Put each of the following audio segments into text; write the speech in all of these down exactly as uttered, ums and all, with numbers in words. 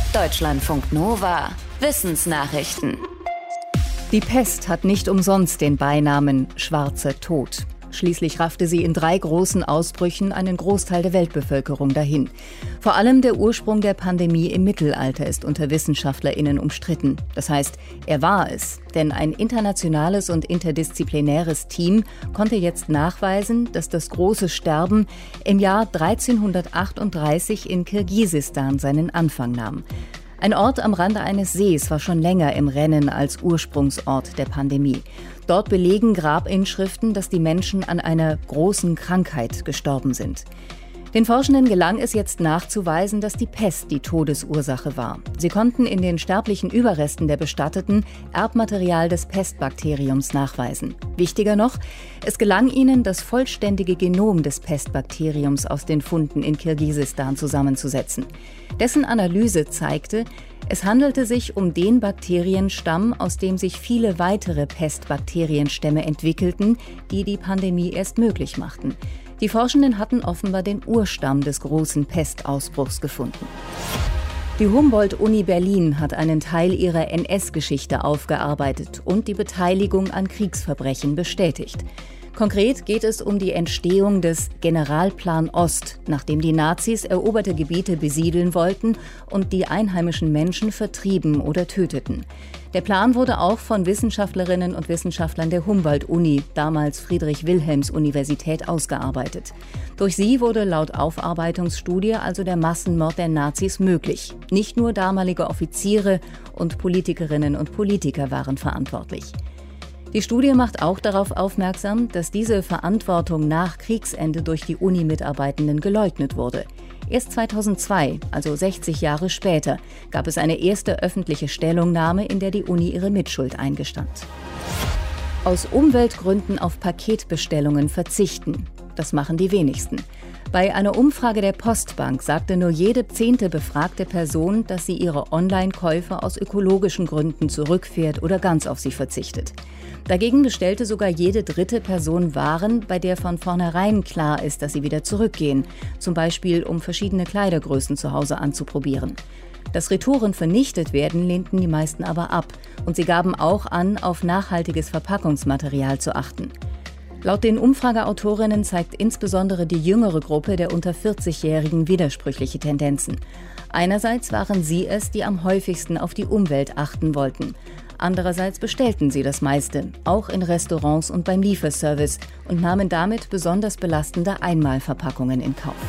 Deutschlandfunk Nova. Wissensnachrichten. Die Pest hat nicht umsonst den Beinamen Schwarzer Tod. Schließlich raffte sie in drei großen Ausbrüchen einen Großteil der Weltbevölkerung dahin. Vor allem der Ursprung der Pandemie im Mittelalter ist unter WissenschaftlerInnen umstritten. Das heißt, er war es. Denn ein internationales und interdisziplinäres Team konnte jetzt nachweisen, dass das große Sterben im Jahr dreizehnhundertachtunddreißig in Kirgisistan seinen Anfang nahm. Ein Ort am Rande eines Sees war schon länger im Rennen als Ursprungsort der Pandemie. Dort belegen Grabinschriften, dass die Menschen an einer großen Krankheit gestorben sind. Den Forschenden gelang es jetzt nachzuweisen, dass die Pest die Todesursache war. Sie konnten in den sterblichen Überresten der Bestatteten Erbmaterial des Pestbakteriums nachweisen. Wichtiger noch, es gelang ihnen, das vollständige Genom des Pestbakteriums aus den Funden in Kirgisistan zusammenzusetzen. Dessen Analyse zeigte, es handelte sich um den Bakterienstamm, aus dem sich viele weitere Pestbakterienstämme entwickelten, die die Pandemie erst möglich machten. Die Forschenden hatten offenbar den Urstamm des großen Pestausbruchs gefunden. Die Humboldt-Uni Berlin hat einen Teil ihrer N S-Geschichte aufgearbeitet und die Beteiligung an Kriegsverbrechen bestätigt. Konkret geht es um die Entstehung des Generalplan Ost, nachdem die Nazis eroberte Gebiete besiedeln wollten und die einheimischen Menschen vertrieben oder töteten. Der Plan wurde auch von Wissenschaftlerinnen und Wissenschaftlern der Humboldt-Uni, damals Friedrich-Wilhelms-Universität, ausgearbeitet. Durch sie wurde laut Aufarbeitungsstudie also der Massenmord der Nazis möglich. Nicht nur damalige Offiziere und Politikerinnen und Politiker waren verantwortlich. Die Studie macht auch darauf aufmerksam, dass diese Verantwortung nach Kriegsende durch die Uni-Mitarbeitenden geleugnet wurde. Erst zweitausendzwei, also sechzig Jahre später, gab es eine erste öffentliche Stellungnahme, in der die Uni ihre Mitschuld eingestand. Aus Umweltgründen auf Paketbestellungen verzichten. Das machen die wenigsten. Bei einer Umfrage der Postbank sagte nur jede zehnte befragte Person, dass sie ihre Online-Käufe aus ökologischen Gründen zurückfährt oder ganz auf sie verzichtet. Dagegen bestellte sogar jede dritte Person Waren, bei der von vornherein klar ist, dass sie wieder zurückgehen, zum Beispiel um verschiedene Kleidergrößen zu Hause anzuprobieren. Dass Retouren vernichtet werden, lehnten die meisten aber ab und sie gaben auch an, auf nachhaltiges Verpackungsmaterial zu achten. Laut den Umfrageautorinnen zeigt insbesondere die jüngere Gruppe der unter vierzigjährigen widersprüchliche Tendenzen. Einerseits waren sie es, die am häufigsten auf die Umwelt achten wollten. Andererseits bestellten sie das meiste, auch in Restaurants und beim Lieferservice, und nahmen damit besonders belastende Einmalverpackungen in Kauf.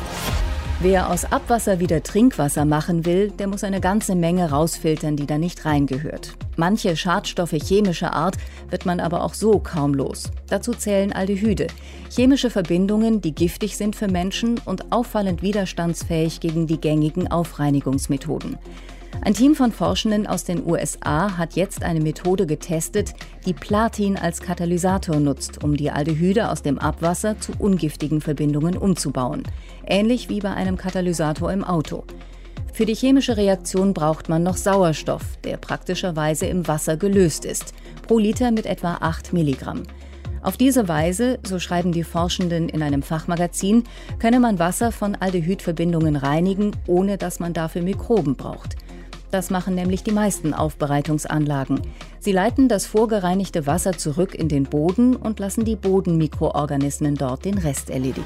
Wer aus Abwasser wieder Trinkwasser machen will, der muss eine ganze Menge rausfiltern, die da nicht reingehört. Manche Schadstoffe chemischer Art wird man aber auch so kaum los. Dazu zählen Aldehyde, chemische Verbindungen, die giftig sind für Menschen und auffallend widerstandsfähig gegen die gängigen Aufreinigungsmethoden. Ein Team von Forschenden aus den U S A hat jetzt eine Methode getestet, die Platin als Katalysator nutzt, um die Aldehyde aus dem Abwasser zu ungiftigen Verbindungen umzubauen. Ähnlich wie bei einem Katalysator im Auto. Für die chemische Reaktion braucht man noch Sauerstoff, der praktischerweise im Wasser gelöst ist, pro Liter mit etwa acht Milligramm. Auf diese Weise, so schreiben die Forschenden in einem Fachmagazin, könne man Wasser von Aldehydverbindungen reinigen, ohne dass man dafür Mikroben braucht. Das machen nämlich die meisten Aufbereitungsanlagen. Sie leiten das vorgereinigte Wasser zurück in den Boden und lassen die Bodenmikroorganismen dort den Rest erledigen.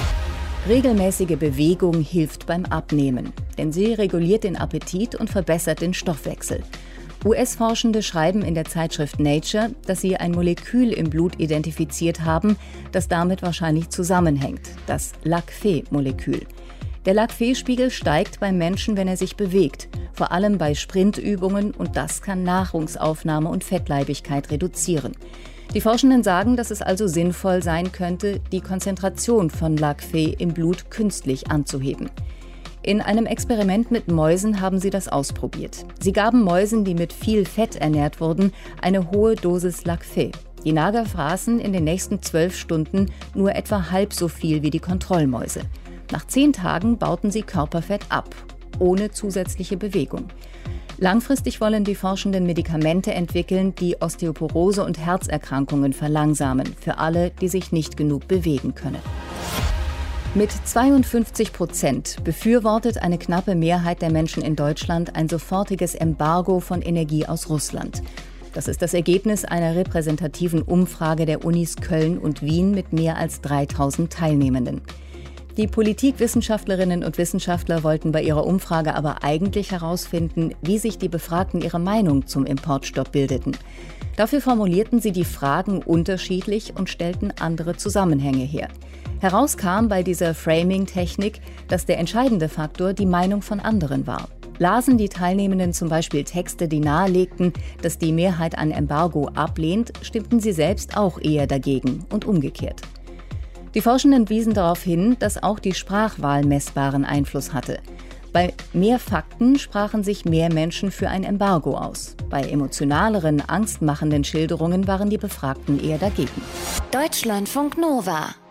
Regelmäßige Bewegung hilft beim Abnehmen, denn sie reguliert den Appetit und verbessert den Stoffwechsel. U S-Forschende schreiben in der Zeitschrift Nature, dass sie ein Molekül im Blut identifiziert haben, das damit wahrscheinlich zusammenhängt, das Lacphe-Molekül. Der Lacphe-Spiegel steigt beim Menschen, wenn er sich bewegt, vor allem bei Sprintübungen, und das kann Nahrungsaufnahme und Fettleibigkeit reduzieren. Die Forschenden sagen, dass es also sinnvoll sein könnte, die Konzentration von Lacphe im Blut künstlich anzuheben. In einem Experiment mit Mäusen haben sie das ausprobiert. Sie gaben Mäusen, die mit viel Fett ernährt wurden, eine hohe Dosis Lacphe. Die Nager fraßen in den nächsten zwölf Stunden nur etwa halb so viel wie die Kontrollmäuse. Nach zehn Tagen bauten sie Körperfett ab, ohne zusätzliche Bewegung. Langfristig wollen die Forschenden Medikamente entwickeln, die Osteoporose und Herzerkrankungen verlangsamen, für alle, die sich nicht genug bewegen können. Mit zweiundfünfzig Prozent befürwortet eine knappe Mehrheit der Menschen in Deutschland ein sofortiges Embargo von Energie aus Russland. Das ist das Ergebnis einer repräsentativen Umfrage der Unis Köln und Wien mit mehr als dreitausend Teilnehmenden. Die Politikwissenschaftlerinnen und Wissenschaftler wollten bei ihrer Umfrage aber eigentlich herausfinden, wie sich die Befragten ihre Meinung zum Importstopp bildeten. Dafür formulierten sie die Fragen unterschiedlich und stellten andere Zusammenhänge her. Heraus kam bei dieser Framing-Technik, dass der entscheidende Faktor die Meinung von anderen war. Lasen die Teilnehmenden zum Beispiel Texte, die nahelegten, dass die Mehrheit ein Embargo ablehnt, stimmten sie selbst auch eher dagegen und umgekehrt. Die Forschenden wiesen darauf hin, dass auch die Sprachwahl messbaren Einfluss hatte. Bei mehr Fakten sprachen sich mehr Menschen für ein Embargo aus. Bei emotionaleren, angstmachenden Schilderungen waren die Befragten eher dagegen. Deutschlandfunk Nova